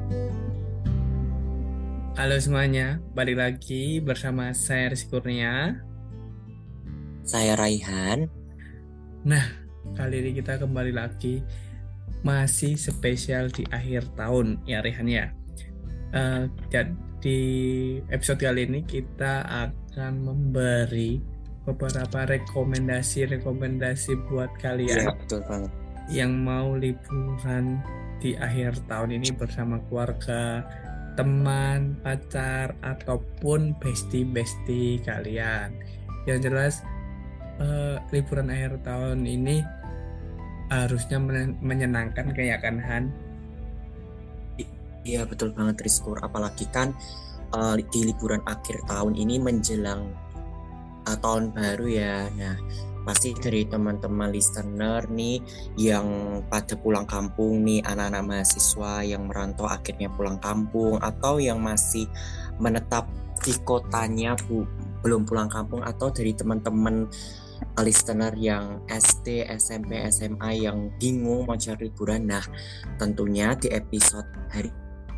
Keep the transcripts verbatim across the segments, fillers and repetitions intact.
Halo semuanya, balik lagi bersama saya Rizky Kurnia. Saya Raihan. Nah, kali ini kita kembali lagi masih spesial di akhir tahun ya Rehan ya. Eh, dan di episode kali ini kita akan memberi beberapa rekomendasi-rekomendasi buat Iya, kalian betul banget. yang mau liburan di akhir tahun ini bersama keluarga, teman, pacar, ataupun bestie-bestie kalian. Yang jelas eh, liburan akhir tahun ini harusnya men- menyenangkan kayak kan Han. I- Iya, betul banget Rizkur. Apalagi kan eh, di liburan akhir tahun ini menjelang eh, tahun baru ya. Nah, pasti dari teman-teman listener nih yang pada pulang kampung nih, anak-anak mahasiswa yang merantau akhirnya pulang kampung atau yang masih menetap di kotanya bu, belum pulang kampung atau dari teman-teman listener yang S D, S M P, S M A yang bingung mau cari liburan. Nah, tentunya di episode hari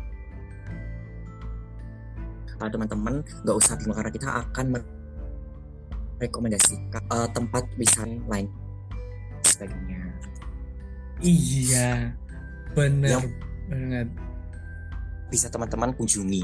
uh, teman-teman nggak usah bingung karena kita akan merekomendasikan uh, tempat wisata lain sebagainya Iya, bener yang banget. bisa teman-teman kunjungi.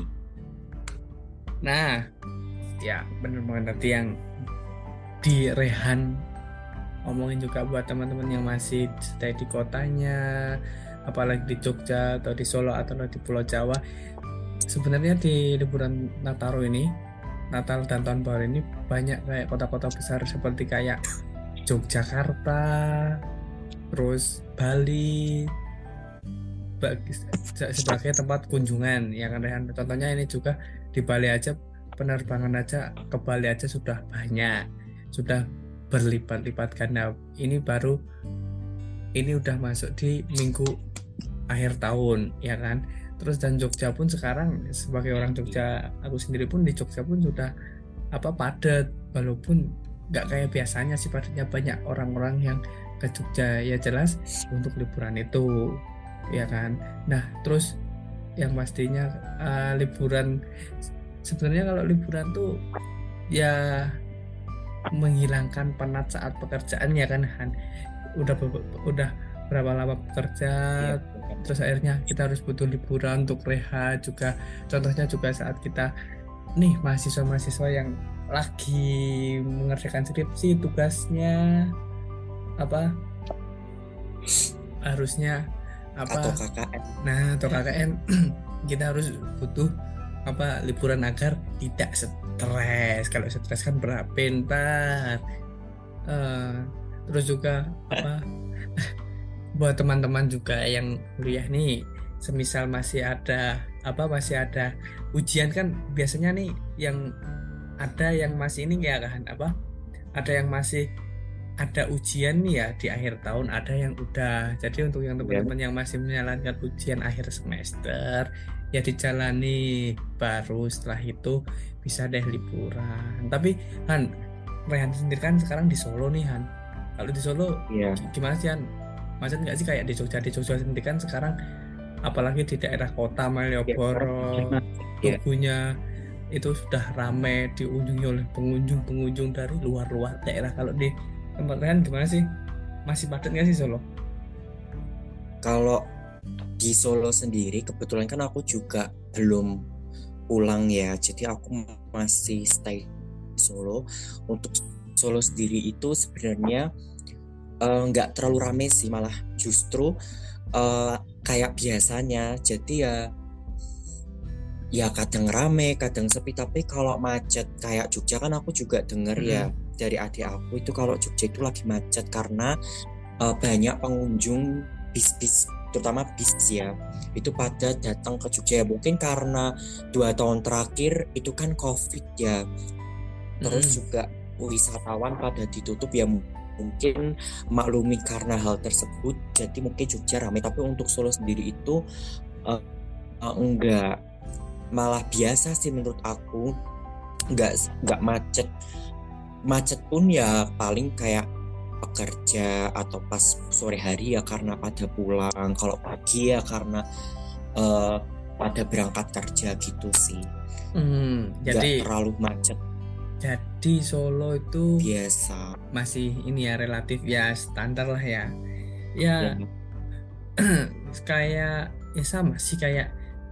Nah, ya bener banget nanti yang di Rehan omongin juga buat teman-teman yang masih stay di kotanya, apalagi di Jogja atau di Solo atau di Pulau Jawa. Sebenarnya di liburan Nataru ini, Natal dan Tahun Baru ini banyak kayak kota-kota besar seperti kayak Yogyakarta, terus Bali, bagi- se- sebagai tempat kunjungan ya kan Rehan. Contohnya ini juga di Bali aja, penerbangan aja ke Bali aja sudah banyak, sudah berlipat-lipat ganda. Ini baru ini udah masuk di minggu akhir tahun ya kan. Terus dan Jogja pun sekarang sebagai orang Jogja, aku sendiri pun di Jogja pun sudah apa padat, walaupun nggak kayak biasanya sih padatnya, banyak orang-orang yang ke Jogja ya jelas untuk liburan itu ya kan. Nah terus yang pastinya eh, liburan, sebenarnya kalau liburan tuh ya menghilangkan penat saat pekerjaan ya kan Han. Udah be- udah berapa lama bekerja, Iya, betul kan. terus akhirnya kita harus butuh liburan untuk rehat juga. Contohnya juga saat kita nih mahasiswa-mahasiswa yang lagi mengerjakan skripsi, tugasnya apa harusnya apa, Atau K K N. nah atau K K N kita harus butuh apa liburan agar tidak stres. Kalau stres kan berapi ntar. Eh, terus juga apa buat teman-teman juga yang kuliah nih, semisal masih ada apa masih ada ujian kan, biasanya nih yang ada yang masih ini ya kan apa, ada yang masih ada ujian nih ya di akhir tahun, ada yang udah. Jadi untuk yang Ya. teman-teman yang masih menjalankan ujian akhir semester ya dijalani, baru setelah itu bisa deh liburan. Tapi Han, Rehan sendiri kan sekarang di Solo nih Han. Kalau di Solo Iya. gi- gimana sih Han? Macet nggak sih kayak di Jogja? Di Jogja sendiri kan sekarang apalagi di daerah kota Iya, sekarang Malioboro, macet. Iya. Tugunya itu sudah ramai diunjungi oleh pengunjung-pengunjung dari luar-luar daerah. Kalau di tempat lain gimana sih? Masih padat nggak sih Solo? Kalau di Solo sendiri kebetulan kan aku juga belum pulang ya, jadi aku masih stay di Solo. Untuk Solo sendiri itu sebenarnya eh, nggak terlalu rame sih, malah justru eh, kayak biasanya. Jadi ya ya kadang rame kadang sepi, tapi kalau macet kayak Jogja kan aku juga denger ya Mm-mm. dari adik aku itu kalau Jogja itu lagi macet karena eh, banyak pengunjung bis-bis, terutama bis ya, itu pada datang ke Jogja ya. Mungkin karena dua tahun terakhir itu kan COVID ya, terus Mm-mm. juga wisatawan pada ditutup ya, mungkin maklumi karena hal tersebut jadi mungkin Jogja ramai. Tapi untuk Solo sendiri itu eh, eh, enggak, malah biasa sih menurut aku. enggak enggak macet. Macet pun ya paling kayak pekerja atau pas sore hari ya karena pada pulang. Kalau pagi ya karena eh, pada berangkat kerja gitu sih. Hmm, Nggak jadi terlalu macet jadi Solo itu biasa. masih ini ya relatif ya standar lah ya. Ya, Ya kayak ya sama sih kayak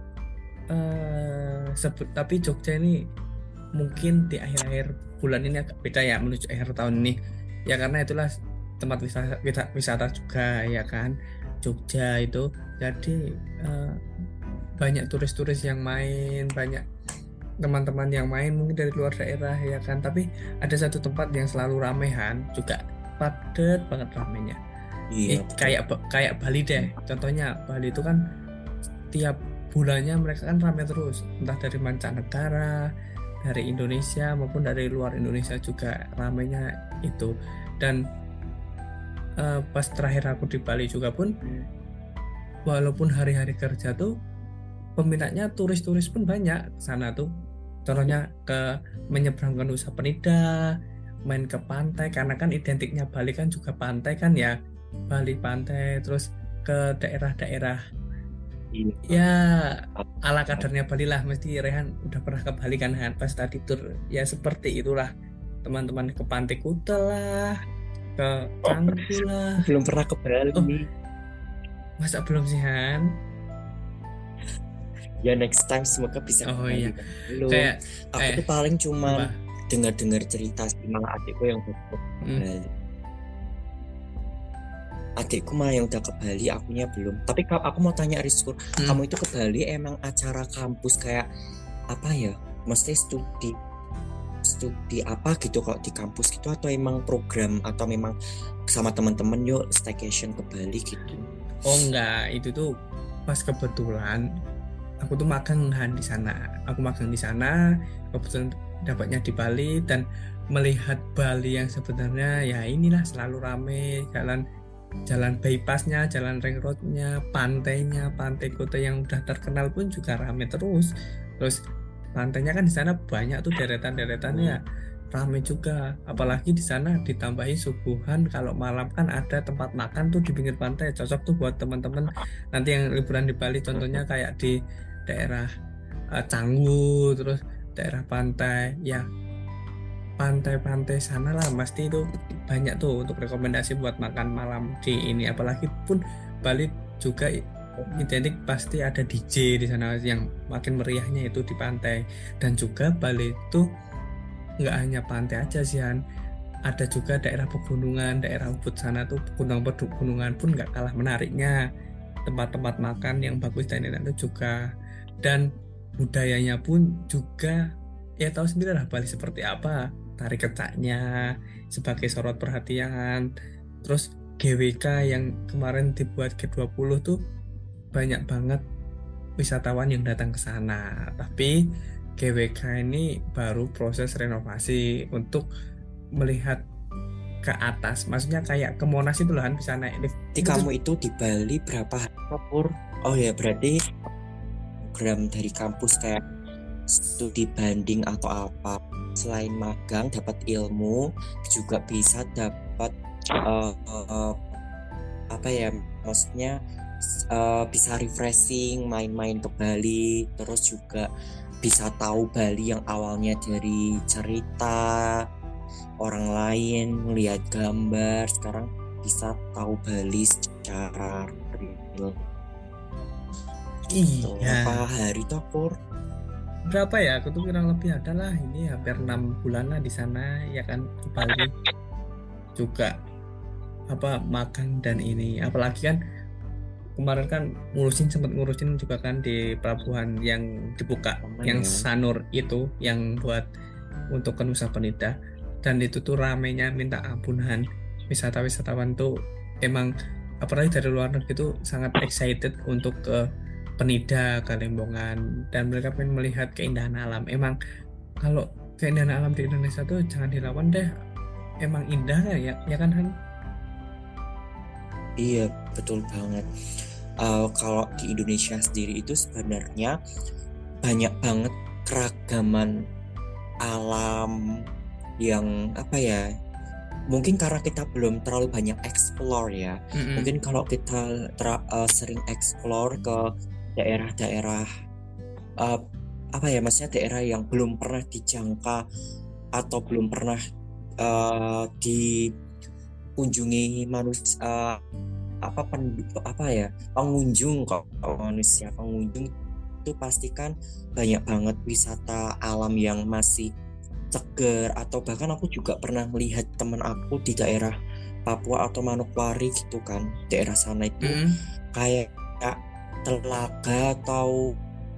eh sebut tapi Jogja ini mungkin di akhir-akhir bulan ini agak beda ya menuju akhir tahun ini. Ya karena itulah tempat wisata wisata, wisata juga ya kan Jogja itu. Jadi eh, banyak turis-turis yang main, banyak teman-teman yang main mungkin dari luar daerah ya kan. Tapi ada satu tempat yang selalu ramehan juga padat banget ramenya. iya Ih, betul. kayak kayak Bali deh. Contohnya Bali itu kan tiap bulannya mereka kan ramai terus, entah dari mancanegara, dari Indonesia maupun dari luar Indonesia juga ramainya itu. Dan eh, pas terakhir aku di Bali juga pun, walaupun hari-hari kerja tuh peminatnya turis-turis pun banyak ke sana tuh. Contohnya ke menyeberang ke Nusa Penida, main ke pantai karena kan identiknya Bali kan juga pantai kan ya. Bali pantai terus ke daerah-daerah Iya. ya ala kadarnya Bali lah. Mesti Rehan udah pernah ke Bali kan Han pas tadi tur ya seperti itulah teman-teman ke Pantai Kuta lah ke Oh, Canggu lah. belum pernah ke Oh Bali. masa belum sih Han? Ya next time semoga bisa ke Oh iya Bali kan. Belum. kayak Aku eh tuh paling apa. cuman dengar-dengar cerita sih, malah adikku yang udah ke Hmm, Bali. Adikku malah yang udah ke Bali, akunya belum. Tapi kalau aku mau tanya Rizkur, hmm. kamu itu ke Bali emang acara kampus kayak apa ya? Mesti studi studi apa gitu kalau di kampus gitu, atau emang program, atau memang sama teman-teman yuk staycation ke Bali gitu. Oh enggak itu tuh pas kebetulan aku tuh magang Han di sana. Aku magang di sana kebetulan dapatnya di Bali dan melihat Bali yang sebenarnya ya inilah selalu rame jalan jalan bypassnya, jalan ring roadnya, pantainya, pantai kota yang udah terkenal pun juga rame terus. Terus pantainya kan di sana banyak tuh deretan-deretannya Hmm. rame juga. Apalagi di sana ditambahi suguhan kalau malam kan ada tempat makan tuh di pinggir pantai. Cocok tuh buat teman-teman nanti yang liburan di Bali. Contohnya kayak di daerah eh, Canggu, terus daerah pantai ya pantai-pantai sana lah pasti itu banyak tuh untuk rekomendasi buat makan malam di ini apalagi pun Bali juga identik pasti ada D J di sana yang makin meriahnya itu di pantai dan juga Bali itu nggak hanya pantai aja sih Han ada juga daerah pegunungan daerah Ubud sana tuh gunung pegunungan pun nggak kalah menariknya tempat-tempat makan yang bagus dan enak itu juga dan budayanya pun juga ya tahu sendiri lah Bali seperti apa tari kecaknya sebagai sorot perhatian terus G W K yang kemarin dibuat G dua puluh tuh banyak banget wisatawan yang datang ke sana tapi G W K ini baru proses renovasi untuk melihat ke atas maksudnya kayak ke Monas itu loh kan bisa naik lift Jadi itu tuh kamu itu di Bali berapa hari, Pur? Oh ya, berarti program dari kampus kayak studi banding atau apa. Selain magang dapat ilmu, juga bisa dapat eh, eh, apa ya? Maksudnya eh, bisa refreshing, main-main ke Bali, terus juga bisa tahu Bali yang awalnya dari cerita orang lain, melihat gambar, sekarang bisa tahu Bali secara real gitu. iya Berapa hari tuh, Pur? berapa ya aku tuh kurang lebih ada lah ini hampir enam bulan lah di sana ya kan ke Bali juga apa magang dan ini apalagi kan kemarin kan ngurusin sempat ngurusin juga kan di pelabuhan yang dibuka Aman yang ya. Sanur itu yang buat untuk ke Nusa Penida dan itu tuh ramenya minta ampunan wisata-wisatawan tuh emang apalagi dari luar negeri itu sangat excited untuk ke Penida ke Lembongan dan mereka pengen melihat keindahan alam emang kalau keindahan alam di Indonesia tuh jangan dilawan deh emang indah ya ya kan Han. Iya, betul banget. Eh, kalau di Indonesia sendiri itu sebenarnya banyak banget keragaman alam yang apa ya? Mungkin karena kita belum terlalu banyak explore ya. Mm-mm. Mungkin kalau kita ter- eh, sering explore ke daerah-daerah uh, apa ya, maksudnya daerah yang belum pernah dijangka atau belum pernah uh, dikunjungi manusia, uh, apa penduduk apa ya pengunjung, kok manusia pengunjung itu pastikan banyak banget wisata alam yang masih segar. Atau bahkan aku juga pernah melihat teman aku di daerah Papua atau Manokwari gitu kan, daerah sana itu Mm-mm. kayak telaga atau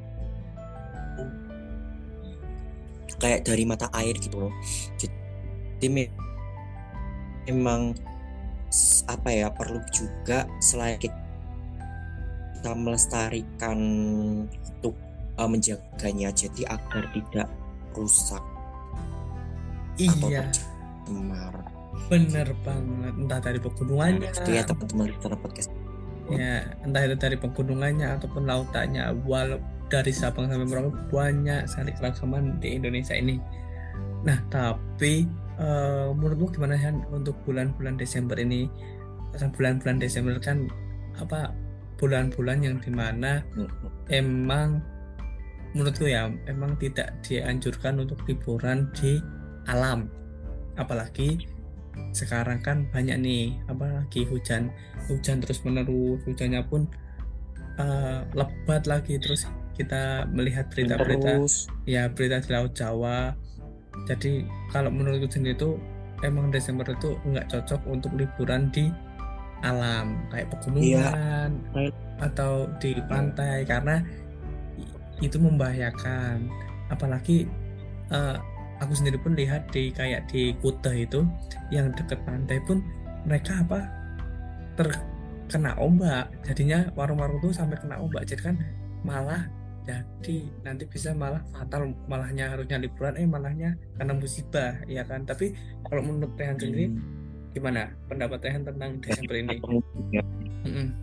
kayak dari mata air gitu loh. Jadi memang apa ya, perlu juga selain kita melestarikan untuk uh, menjaganya jadi agar tidak rusak atau Iya, tercemar. bener banget. Entah dari Nah, pegunungannya, itu ya teman-teman listener podcast. ya entah itu dari pegunungannya ataupun lautannya. Walau dari Sabang sampai Merauke banyak sekali keragaman di Indonesia ini. Nah, tapi eh, menurutmu gimana kan untuk bulan-bulan Desember ini? Kan bulan-bulan Desember kan apa bulan-bulan yang dimana Hmm. emang menurutku ya emang tidak dianjurkan untuk liburan di alam, apalagi sekarang kan banyak nih apalagi hujan hujan terus menerus, hujannya pun eh, lebat lagi, terus kita melihat berita-berita, Terus ya berita di Laut Jawa. Jadi kalau menurutku sendiri itu emang Desember itu nggak cocok untuk liburan di alam kayak ya, pegunungan atau di pantai karena itu membahayakan. Apalagi eh, aku sendiri pun lihat di kayak di Kuta itu yang deket pantai pun mereka apa terkena ombak, jadinya warung-warung tuh sampai kena ombak, jadi kan malah jadi nanti bisa malah fatal, malahnya harusnya liburan eh malahnya karena musibah ya kan. Tapi kalau menurut Rehan sendiri gimana pendapat Rehan tentang Desember ini? Mm-mm.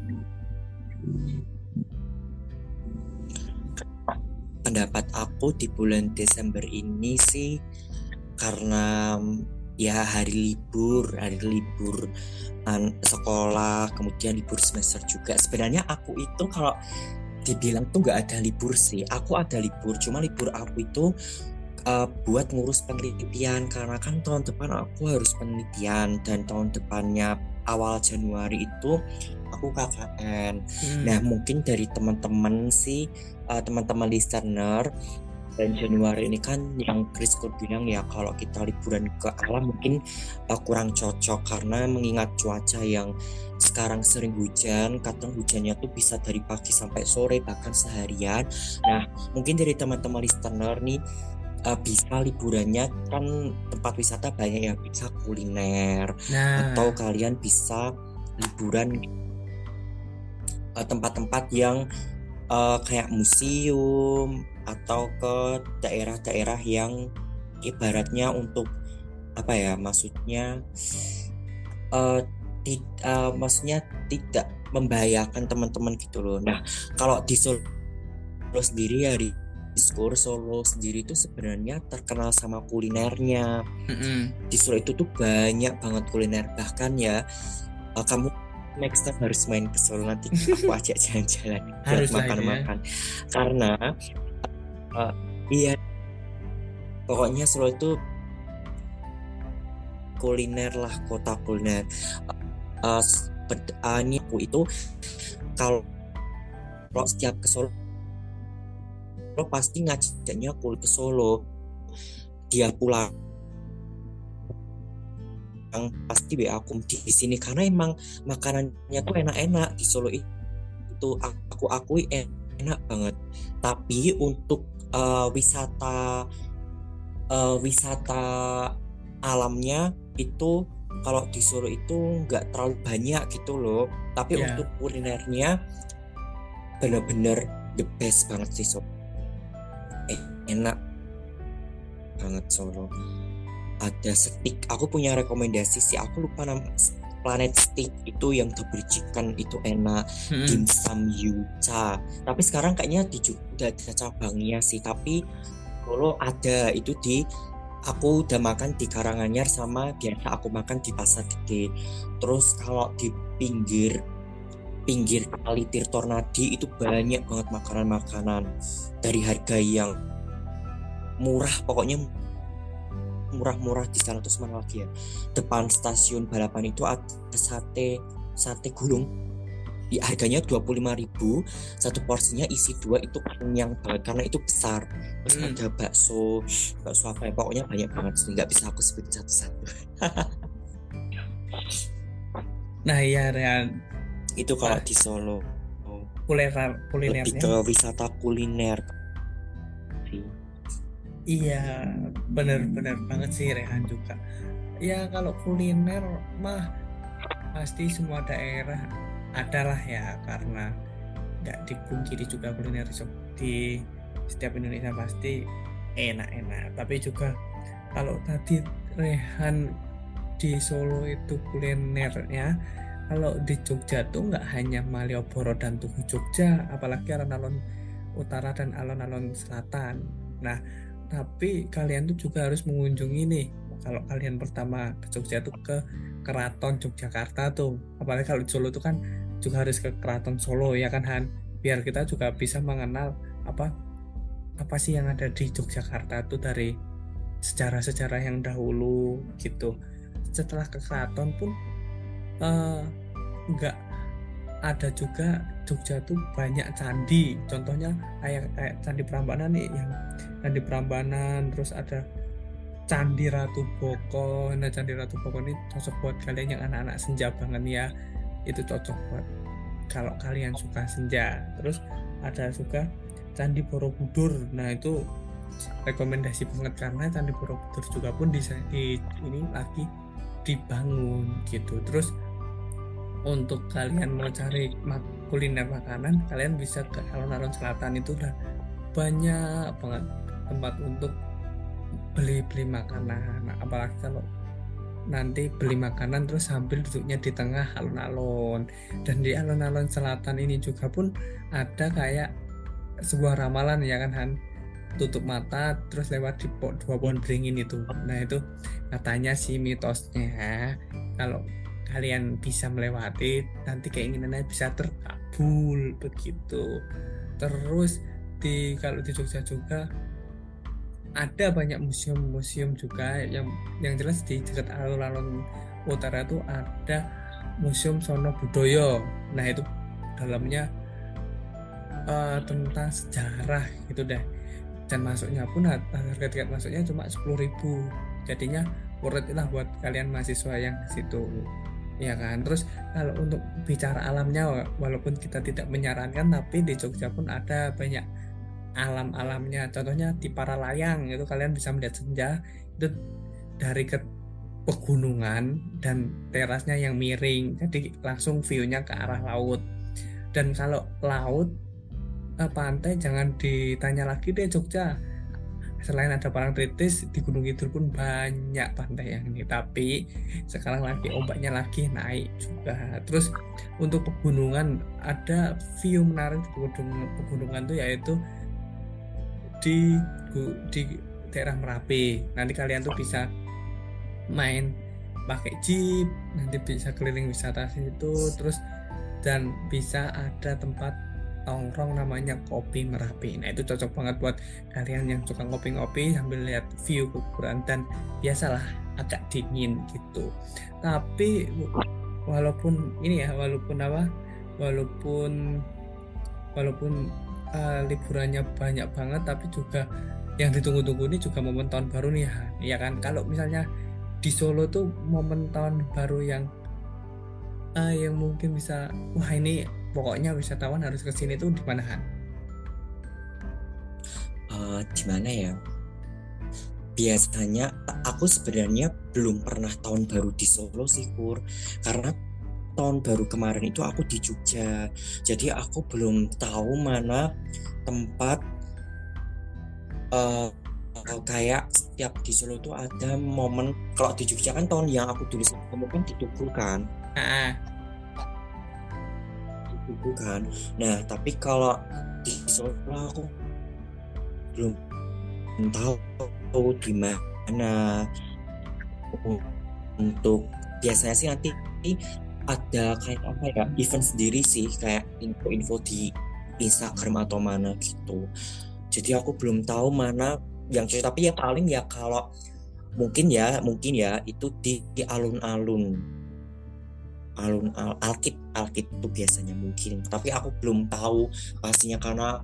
pendapat aku di bulan Desember ini sih, karena ya hari libur, hari libur an, sekolah, kemudian libur semester juga. Sebenarnya aku itu kalau dibilang tuh nggak ada libur sih, aku ada libur, cuma libur aku itu uh, buat ngurus penelitian, karena kan tahun depan aku harus penelitian dan tahun depannya awal Januari itu aku K K N. Mm. Nah mungkin dari teman-teman sih, uh, teman-teman listener, dan Januari ini kan yang Chrisko bilang ya kalau kita liburan ke alam mungkin uh, kurang cocok, karena mengingat cuaca yang sekarang sering hujan, kadang hujannya tuh bisa dari pagi sampai sore bahkan seharian. Nah mungkin dari teman-teman listener nih, uh, bisa liburannya kan tempat wisata banyak yang bisa kuliner, Nah, atau kalian bisa liburan uh, tempat-tempat yang uh, kayak museum, atau ke daerah-daerah yang ibaratnya untuk apa ya, maksudnya uh, ti- uh, maksudnya tidak membahayakan teman-teman gitu loh. Nah kalau di Solo sendiri ya, di Skor Solo sendiri itu sebenarnya terkenal sama kulinernya. mm-mm. Di Solo itu tuh banyak banget kuliner, bahkan ya uh, kamu next time harus main ke Solo, nanti aku ajak jalan-jalan buat Harus lah itu ya. makan-makan, karena uh, iya pokoknya Solo itu kuliner lah, kota kuliner. uh, ped- uh, ini aku itu kalau kalau setiap ke Solo lo pasti ngajaknya kul ke Solo, dia pulang pasti be aku di sini, karena emang makanannya tuh enak-enak di Solo itu, aku akui enak banget. Tapi untuk uh, wisata uh, wisata alamnya itu kalau di Solo itu nggak terlalu banyak gitu loh, tapi Ya. untuk kulinernya bener-bener the best banget sih Solo. Eh, enak banget Solo. Ada steak, aku punya rekomendasi sih, aku lupa nama, Planet Steak itu yang double chicken itu enak. Mm-mm. Dimsum Yuca, tapi sekarang kayaknya di udah ada cabangnya sih, tapi Solo ada itu. Di aku udah makan di Karanganyar sama biasa aku makan di Pasar Gede. Terus kalau di pinggir pinggir kali Tirtonadi itu banyak banget makanan-makanan dari harga yang murah, pokoknya murah-murah. Di sana terus mana lagi ya, depan stasiun balapan itu ada sate sate gulung, di harganya dua puluh lima ribu, satu porsinya isi dua, itu kenyang banget karena itu besar. Terus Hmm. ada bakso bakso apa ya, pokoknya banyak banget sih, nggak bisa aku sebutin satu-satu. Nah iya Rehan, Itu kalau wah di Solo kuliner lebih kulinernya ke wisata kuliner sih. iya bener-bener banget sih Rehan juga. Ya kalau kuliner mah pasti semua daerah adalah ya, karena nggak dipungkiri juga kuliner di setiap Indonesia pasti enak-enak. Tapi juga kalau tadi Rehan di Solo itu kulinernya, kalau di Jogja tuh nggak hanya Malioboro dan Tugu Jogja, apalagi alun-alun utara dan alun-alun selatan. Nah, tapi kalian tuh juga harus mengunjungi nih. Kalau kalian pertama ke Jogja tuh ke Keraton Yogyakarta tuh. Apalagi kalau di Solo tuh kan juga harus ke Keraton Solo ya kan Han. Biar kita juga bisa mengenal apa apa sih yang ada di Yogyakarta tuh dari sejarah-sejarah yang dahulu gitu. Setelah ke Keraton pun eh, nggak ada juga Jogja tuh banyak candi. Contohnya kayak kayak Candi Prambanan nih, yang Candi Prambanan, terus ada Candi Ratu Boko. Nah, Candi Ratu Boko ini cocok buat kalian yang anak-anak senja banget ya. Itu cocok buat kalau kalian suka senja. Terus ada juga Candi Borobudur. Nah, itu rekomendasi banget karena Candi Borobudur juga pun di, di ini lagi dibangun gitu. Terus untuk kalian mau cari mak- kuliner makanan, kalian bisa ke alun-alun selatan, itu udah banyak banget tempat untuk beli-beli makanan. Nah, apalagi kalau nanti beli makanan terus sambil duduknya di tengah alun-alun. Dan di alun-alun selatan ini juga pun ada kayak sebuah ramalan ya kan Han, tutup mata terus lewat di po- dua pohon beringin itu. Nah itu katanya sih mitosnya, kalau kalian bisa melewati nanti keinginannya bisa terkabul begitu. Terus di kalau di Jogja juga ada banyak museum-museum juga, yang yang jelas di dekat alun-alun utara itu ada Museum Sono Budoyo. Nah itu dalamnya eh, tentang sejarah gitu deh, dan masuknya pun harga tiket masuknya cuma sepuluh ribu, jadinya worth it lah buat kalian mahasiswa yang di situ ya kan. Terus kalau untuk bicara alamnya, walaupun kita tidak menyarankan, tapi di Jogja pun ada banyak alam-alamnya. Contohnya di Paralayang itu kalian bisa melihat senja itu dari ke pegunungan dan terasnya yang miring, jadi langsung view-nya ke arah laut. Dan kalau laut eh, pantai jangan ditanya lagi deh Jogja. Selain ada Parangtritis, di Gunung Kidul pun banyak pantai yang ini. Tapi sekarang lagi ombaknya lagi naik juga. Terus untuk pegunungan, ada view menarik di pegunungan, pegunungan tuh yaitu di di daerah Merapi. Nanti kalian tuh bisa main pakai jeep, nanti bisa keliling wisata situ. Terus dan bisa ada tempat nongkrong namanya Kopi Merapi. Nah itu cocok banget buat kalian yang suka ngopi-ngopi sambil lihat view kuburan, dan biasalah agak dingin gitu. Tapi walaupun ini ya, walaupun apa, walaupun walaupun uh, liburannya banyak banget, tapi juga yang ditunggu-tunggu ini juga momen tahun baru nih ya, ya kan. Kalau misalnya di Solo tuh momen tahun baru yang uh, yang mungkin bisa, wah ini pokoknya wisatawan harus ke sini tuh di mana Han? Uh, di mana ya? Biasanya aku sebenarnya belum pernah tahun baru di Solo sih Kur, karena tahun baru kemarin itu aku di Jogja, jadi aku belum tahu mana tempat uh, kayak setiap di Solo tuh ada momen. Kalau di Jogja kan tahun yang aku tulis kamu kan di Tugu kan, Ah, di Tugu kan. Nah tapi kalau di Solo aku belum tahu di mana untuk. Biasanya sih nanti ada kayak apa ya, event sendiri sih, kayak info-info di Instagram atau mana gitu. Jadi aku belum tahu mana yang cocok, tapi ya paling ya kalau mungkin ya mungkin ya itu di, di alun-alun alun al Alkit Alkit itu biasanya mungkin, tapi aku belum tahu pastinya karena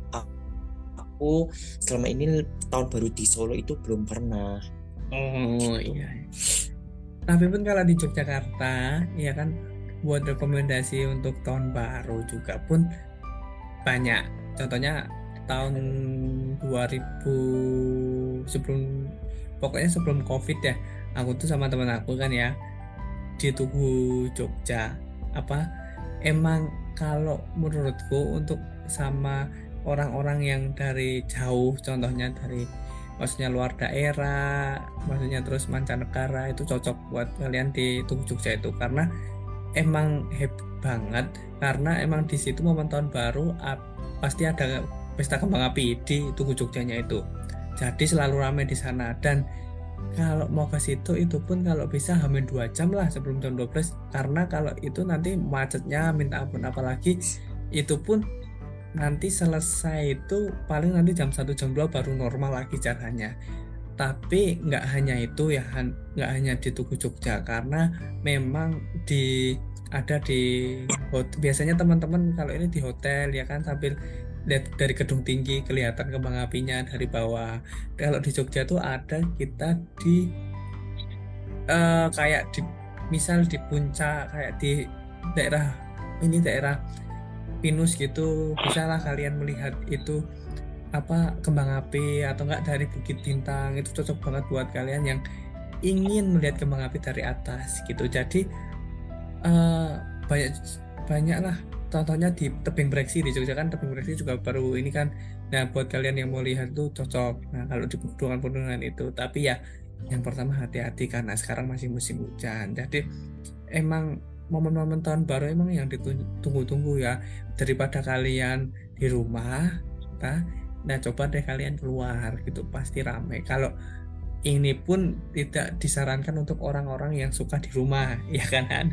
aku selama ini tahun baru di Solo itu belum pernah Oh gitu. iya. Tapi pun kalau di Yogyakarta, ya kan buat rekomendasi untuk tahun baru juga pun banyak. Contohnya tahun dua ribu sebelum pokoknya sebelum COVID ya, aku tuh sama teman aku kan ya di Tugu Jogja. Apa emang kalau menurutku untuk sama orang-orang yang dari jauh, contohnya dari maksudnya luar daerah, maksudnya terus mancanegara itu cocok buat kalian di Tugu Jogja itu karena emang happy banget karena emang di situ momen tahun baru ap- pasti ada pesta kembang api di Tugu Jogjanya itu. Jadi selalu ramai di sana dan kalau mau ke situ itu pun kalau bisa hampir dua jam lah sebelum jam dua belas karena kalau itu nanti macetnya minta ampun apalagi itu pun nanti selesai itu paling nanti jam satu jam dua baru normal lagi jalannya. Tapi nggak hanya itu ya, Han- nggak hanya di Tugu Jogja karena memang di ada di hot- biasanya teman-teman kalau ini di hotel ya kan sambil lihat dari gedung tinggi kelihatan kembang apinya dari bawah. Kalau di Jogja tuh ada kita di eh, kayak di misal di puncak kayak di daerah ini daerah Pinus gitu bisa lah kalian melihat itu apa kembang api atau enggak dari Bukit Bintang itu cocok banget buat kalian yang ingin melihat kembang api dari atas gitu. Jadi eh, banyak banyak lah contohnya di Tebing Breksi di Jogja kan Tebing Breksi juga baru ini kan. Nah buat kalian yang mau lihat tuh cocok. Nah kalau di pegunungan-pegunungan itu tapi ya yang pertama hati-hati karena sekarang masih musim hujan. Jadi emang momen-momen tahun baru emang yang ditunggu-tunggu ya daripada kalian di rumah nah, nah coba deh kalian keluar gitu pasti ramai kalau ini pun tidak disarankan untuk orang-orang yang suka di rumah ya kan Han?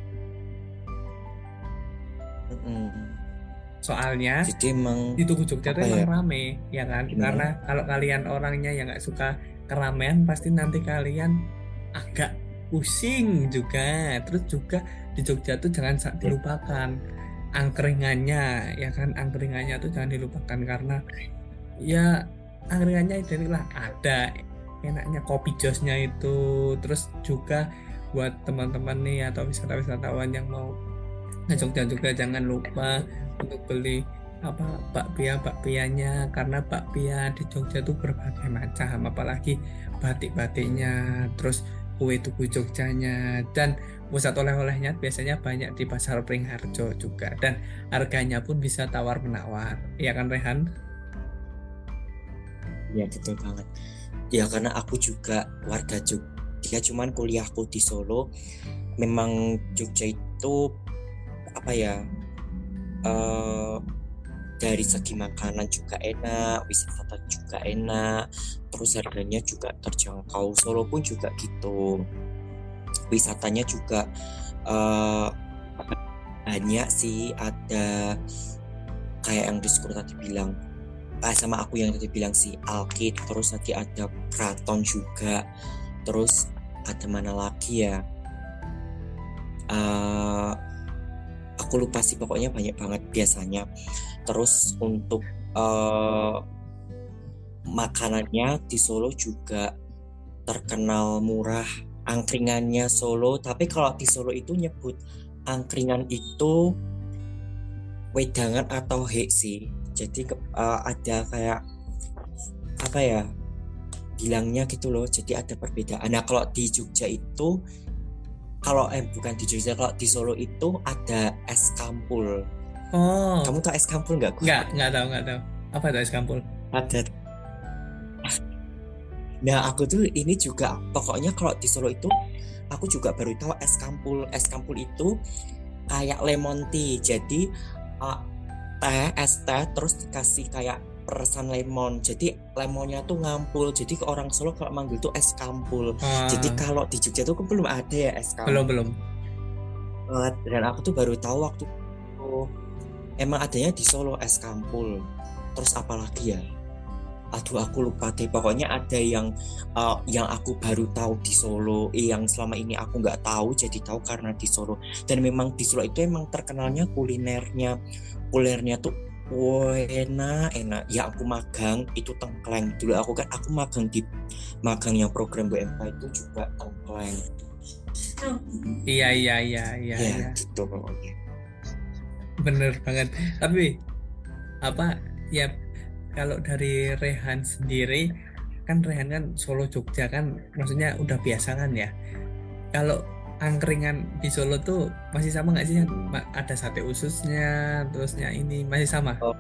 Mm-mm. Soalnya Jadi emang di Tugu Jogja apa tuh emang ya, rame ya kan karena gimana? kalau kalian orangnya yang nggak suka keramaian pasti nanti kalian agak pusing juga terus juga di Jogja tuh jangan sa- dilupakan angkringannya ya kan angkringannya tuh jangan dilupakan karena ya angkringannya inilah ada enaknya kopi josnya itu terus juga buat teman-teman nih atau wisata-wisatawan yang mau ke Jogja juga jangan lupa untuk beli apa bakpia bakpianya karena bakpia di Jogja tuh berbagai macam apalagi batik-batiknya terus kue tugu Jogjanya dan pusat oleh-olehnya biasanya banyak di Pasar Pringharjo juga dan harganya pun bisa tawar menawar ya kan Rehan. Ya betul banget. Ya karena aku juga warga Jogja, cuman kuliahku di Solo. Memang Jogja itu apa ya? eh dari segi makanan juga enak, wisata juga enak, terus harganya juga terjangkau. Solo pun juga gitu. Wisatanya juga eh banyak sih, ada kayak yang Rizkur tadi bilang, ah, sama aku yang tadi bilang si Alkit, terus tadi ada Kraton juga, terus ada mana lagi ya, Eh, aku lupa sih pokoknya banyak banget biasanya. Terus untuk eh, makanannya di Solo juga terkenal murah, angkringannya Solo, tapi kalau di Solo itu nyebut angkringan itu wedangan atau hek sih, jadi ke- eh, ada kayak apa ya bilangnya gitu loh, jadi ada perbedaan. Nah kalau di Jogja itu, kalau eh bukan di Jogja, kalau di Solo itu ada es kampul. Oh Kamu tahu es kampul nggak? nggak nggak tahu nggak tahu apa itu es kampul. Ada. Nah aku tuh ini juga pokoknya kalau di Solo itu aku juga baru tahu es kampul. Es kampul itu kayak lemon tea, jadi uh, teh es teh terus dikasih kayak peresan lemon, jadi lemonnya tuh ngampul, jadi ke orang Solo kalau manggil tuh es kampul. Jadi Oh, kalau di Jogja tuh kan belum ada ya es belum kampul. belum banget. Dan aku tuh baru tahu waktu itu emang adanya di Solo es Kampul. Terus apalagi ya? Aduh aku lupa deh. Pokoknya ada yang uh, yang aku baru tahu di Solo, eh, yang selama ini aku nggak tahu jadi tahu karena di Solo. Dan memang di Solo itu emang terkenalnya kulinernya, kulinernya tuh wah, enak, enak. Ya aku magang itu tengkleng. Dulu aku kan aku magang di magang yang program B M K itu juga tengkleng. Iya, iya, iya, iya, Ya iya. gitu pokoknya. Bener banget. Tapi apa ya, kalau dari Rehan sendiri, kan Rehan kan Solo Jogja kan maksudnya udah biasa kan ya. Kalau angkringan di Solo tuh masih sama nggak sih? Ma- Ada sate ususnya, terusnya ini masih sama. Oh,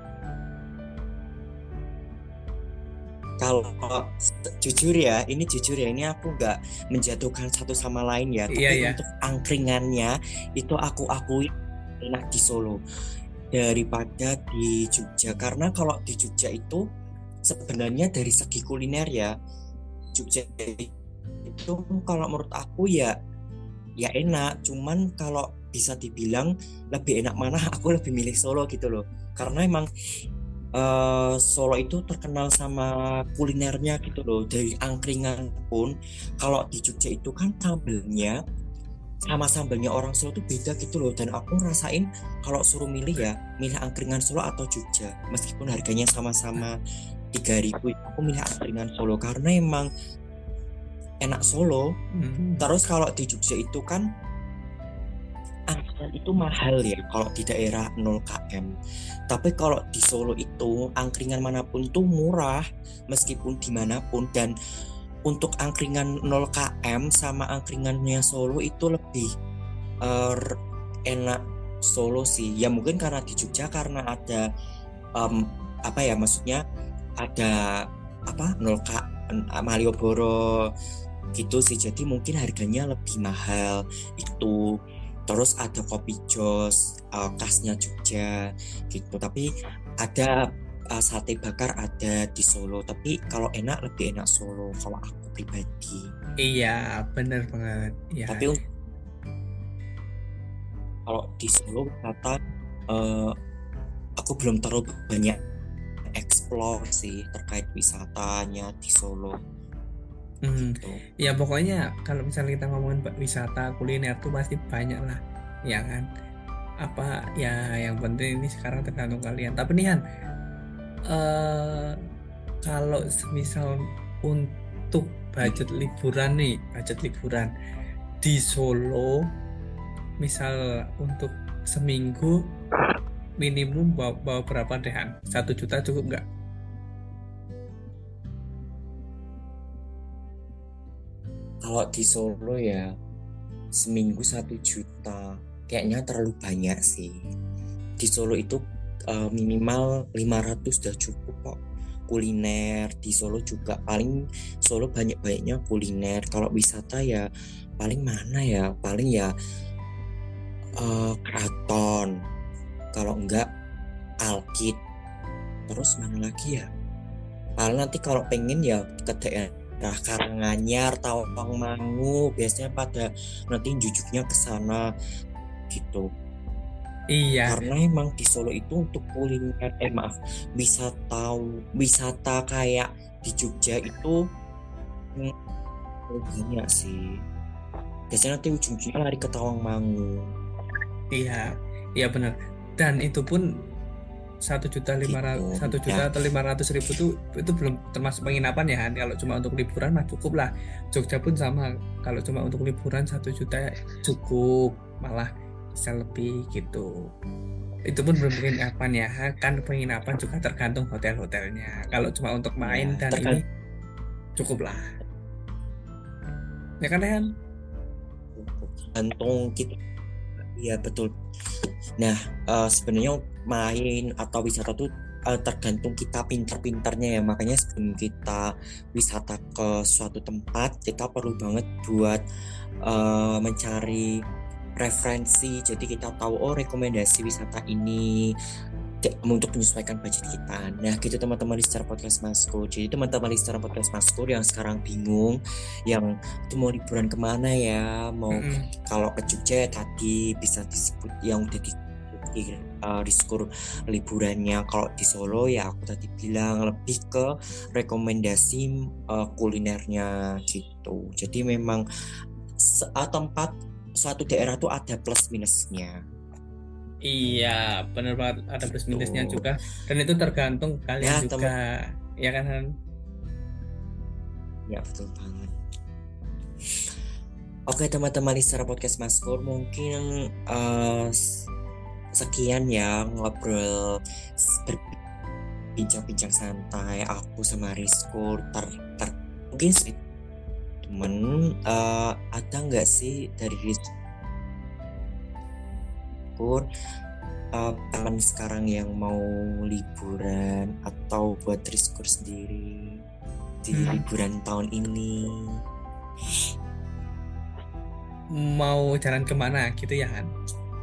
kalau jujur ya, ini jujur ya, ini aku nggak menjatuhkan satu sama lain ya. Iya Tapi ya. untuk angkringannya itu aku akui enak di Solo daripada di Jogja. Karena kalau di Jogja itu sebenarnya dari segi kuliner ya, Jogja itu kalau menurut aku ya ya enak. Cuman kalau bisa dibilang lebih enak mana, aku lebih milih Solo gitu loh. Karena emang eh, Solo itu terkenal sama kulinernya gitu loh. Dari angkringan pun, kalau di Jogja itu kan sambelnya sama sambalnya orang Solo tuh beda gitu loh. Dan aku ngerasain kalau suruh milih ya, milih angkringan Solo atau Jogja. Meskipun harganya sama-sama tiga ribu, aku milih angkringan Solo karena emang enak Solo. Hmm. Terus kalau di Jogja itu kan angkringan itu mahal ya kalau di daerah nol kilometer. Tapi kalau di Solo itu angkringan manapun tuh murah meskipun dimanapun. Dan untuk angkringan nol kilometer sama angkringannya Solo itu lebih eh, enak Solo sih. Ya mungkin karena di Jogja karena ada em, apa ya, maksudnya ada apa nol kilometer Malioboro gitu sih, jadi mungkin harganya lebih mahal itu. Terus ada kopi jos uh, khasnya Jogja gitu. Tapi ada uh, sate bakar ada di Solo, tapi kalau enak lebih enak Solo kalau aku pribadi. Iya, bener banget. Ya, Tapi un- kalau di Solo kata uh, aku belum terlalu banyak explore sih terkait wisatanya di Solo hmm, gitu. ya pokoknya kalau misalnya kita ngomongin ba- wisata kuliner tuh pasti banyak lah, ya kan? Apa ya, yang penting ini sekarang tergantung kalian. Tapi nih Han, eh, kalau misal untuk budget liburan nih, budget liburan di Solo, misal untuk seminggu minimum bawa, bawa berapa deh Han? Satu juta cukup nggak? Kalau di Solo ya seminggu satu juta kayaknya terlalu banyak sih. Di Solo itu eh, minimal lima ratus udah cukup kok. Kuliner di Solo juga paling, Solo banyak-banyaknya kuliner. Kalau wisata ya paling mana ya, paling ya eh, Keraton, kalau enggak Alkit. Terus mana lagi ya, paling nanti kalau pengen ya ke daerah Karanganyar, Tawangmangu, biasanya pada nanti jujuknya ke sana gitu. Iya, Karena emang di Solo itu untuk kuliner, eh maaf, wisata wisata kayak di Jogja itu hmm, banyak sih. Biasanya nanti ujung-ujungnya lari ke Tawangmangu iya, iya benar. Dan itu pun satu juta lima gitu. ratus satu juta Nah, atau lima ratus ribu tuh itu belum termasuk penginapan ya Han. Kalau cuma untuk liburan mah cukup lah. Jogja pun sama. Kalau cuma untuk liburan satu juta cukup, malah bisa lebih gitu. Itu pun belum penginapan ya, kan penginapan juga tergantung hotel-hotelnya. Kalau cuma untuk main ya dan ini tergantung. cukup lah. Ya kan Han? Tergantung kita. Iya betul. Nah, eh, sebenarnya main atau wisata tuh eh, tergantung kita pintar-pintarnya ya. Makanya sebelum kita wisata ke suatu tempat, kita perlu banget buat eh, mencari referensi. Jadi kita tahu oh rekomendasi wisata ini untuk menyesuaikan budget kita. Nah, gitu teman-teman listener podcast Maskur. Jadi teman-teman listener podcast Maskur yang sekarang bingung, yang itu mau liburan kemana ya, mau Mm-mm. kalau ke Jogja tadi bisa disebut yang udah di di, uh, diskur liburannya. Kalau di Solo ya aku tadi bilang lebih ke rekomendasi uh, kulinernya gitu. Jadi memang se- uh, tempat suatu daerah tuh ada plus minusnya Iya, benar banget. Ada plus minusnya gitu. juga. Dan itu tergantung kalian Ya juga. teman, Ya kan, Han? ya betul banget. Oke teman-teman listener podcast Maskur, mungkin uh, sekian ya ngobrol berbincang-bincang santai aku sama Rizko ter, ter mungkin sih temen uh, ada nggak sih dari Rizko uh, teman sekarang yang mau liburan atau buat Rizko sendiri di Hmm. liburan tahun ini? Mau jalan kemana gitu ya, Han?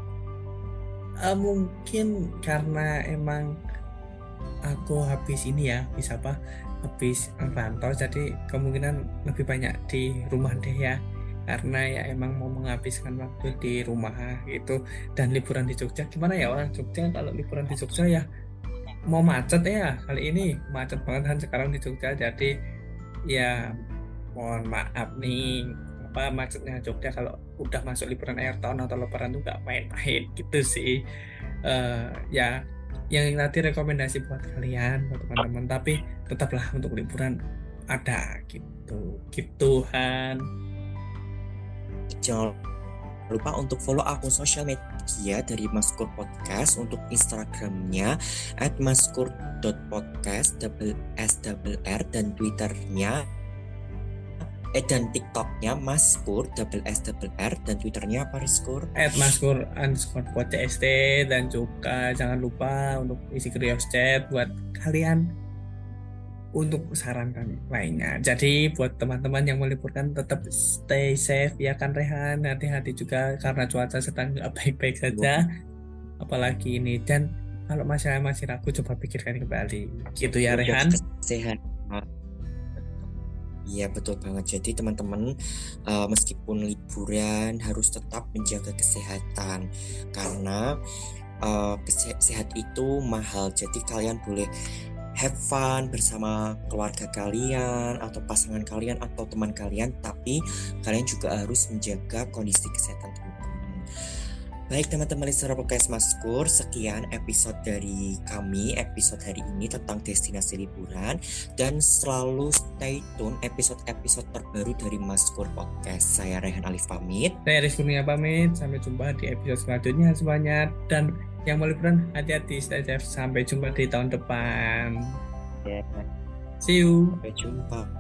Eh, mungkin karena emang aku habis ini ya, habis apa? Habis rantau, jadi kemungkinan lebih banyak di rumah deh ya. Karena ya emang mau menghabiskan waktu di rumah gitu. Dan liburan di Jogja, gimana ya orang Jogja kalau liburan di Jogja ya mau macet ya. Kali ini macet banget kan sekarang di Jogja. Jadi ya mohon maaf nih, apa macetnya Jogja kalau udah masuk liburan akhir tahun atau lebaran tuh nggak main-main gitu sih. Eh, ya yang tadi rekomendasi buat kalian, buat teman-teman, tapi tetaplah untuk liburan ada gitu gituan. Jangan lupa untuk follow akun sosial media dari Maskur Podcast untuk Instagramnya at maskur dot podcast double s double r dan Twitternya eh dan TikToknya Maskur double s double r dan Twitternya apa Rizkur? At maskur underscore podcast dan juga jangan lupa untuk isi krios chat buat kalian untuk saran kami lainnya. Jadi buat teman-teman yang meliburkan tetap stay safe ya kan Rehan. Hati-hati juga karena cuaca sedang nggak baik-baik saja. Apalagi ini, dan kalau masih masih ragu coba pikirkan kembali. Gitu ya Jaga Rehan. kesehatan. Iya betul banget. Jadi teman-teman uh, meskipun liburan harus tetap menjaga kesehatan karena uh, kese- sehat itu mahal. Jadi kalian boleh have fun bersama keluarga kalian atau pasangan kalian atau teman kalian, tapi kalian juga harus menjaga kondisi kesehatan teman-teman. Baik teman-teman listener podcast Maskur, sekian episode dari kami episode hari ini tentang destinasi liburan, dan selalu stay tune episode-episode terbaru dari Maskur Podcast. Saya Rehan Alif pamit. Saya Rizky Kurnia pamit. Sampai jumpa di episode selanjutnya semuanya. Dan yang mau liburan hati-hati, stay safe. Sampai jumpa di tahun depan. Ya, See you. sampai jumpa.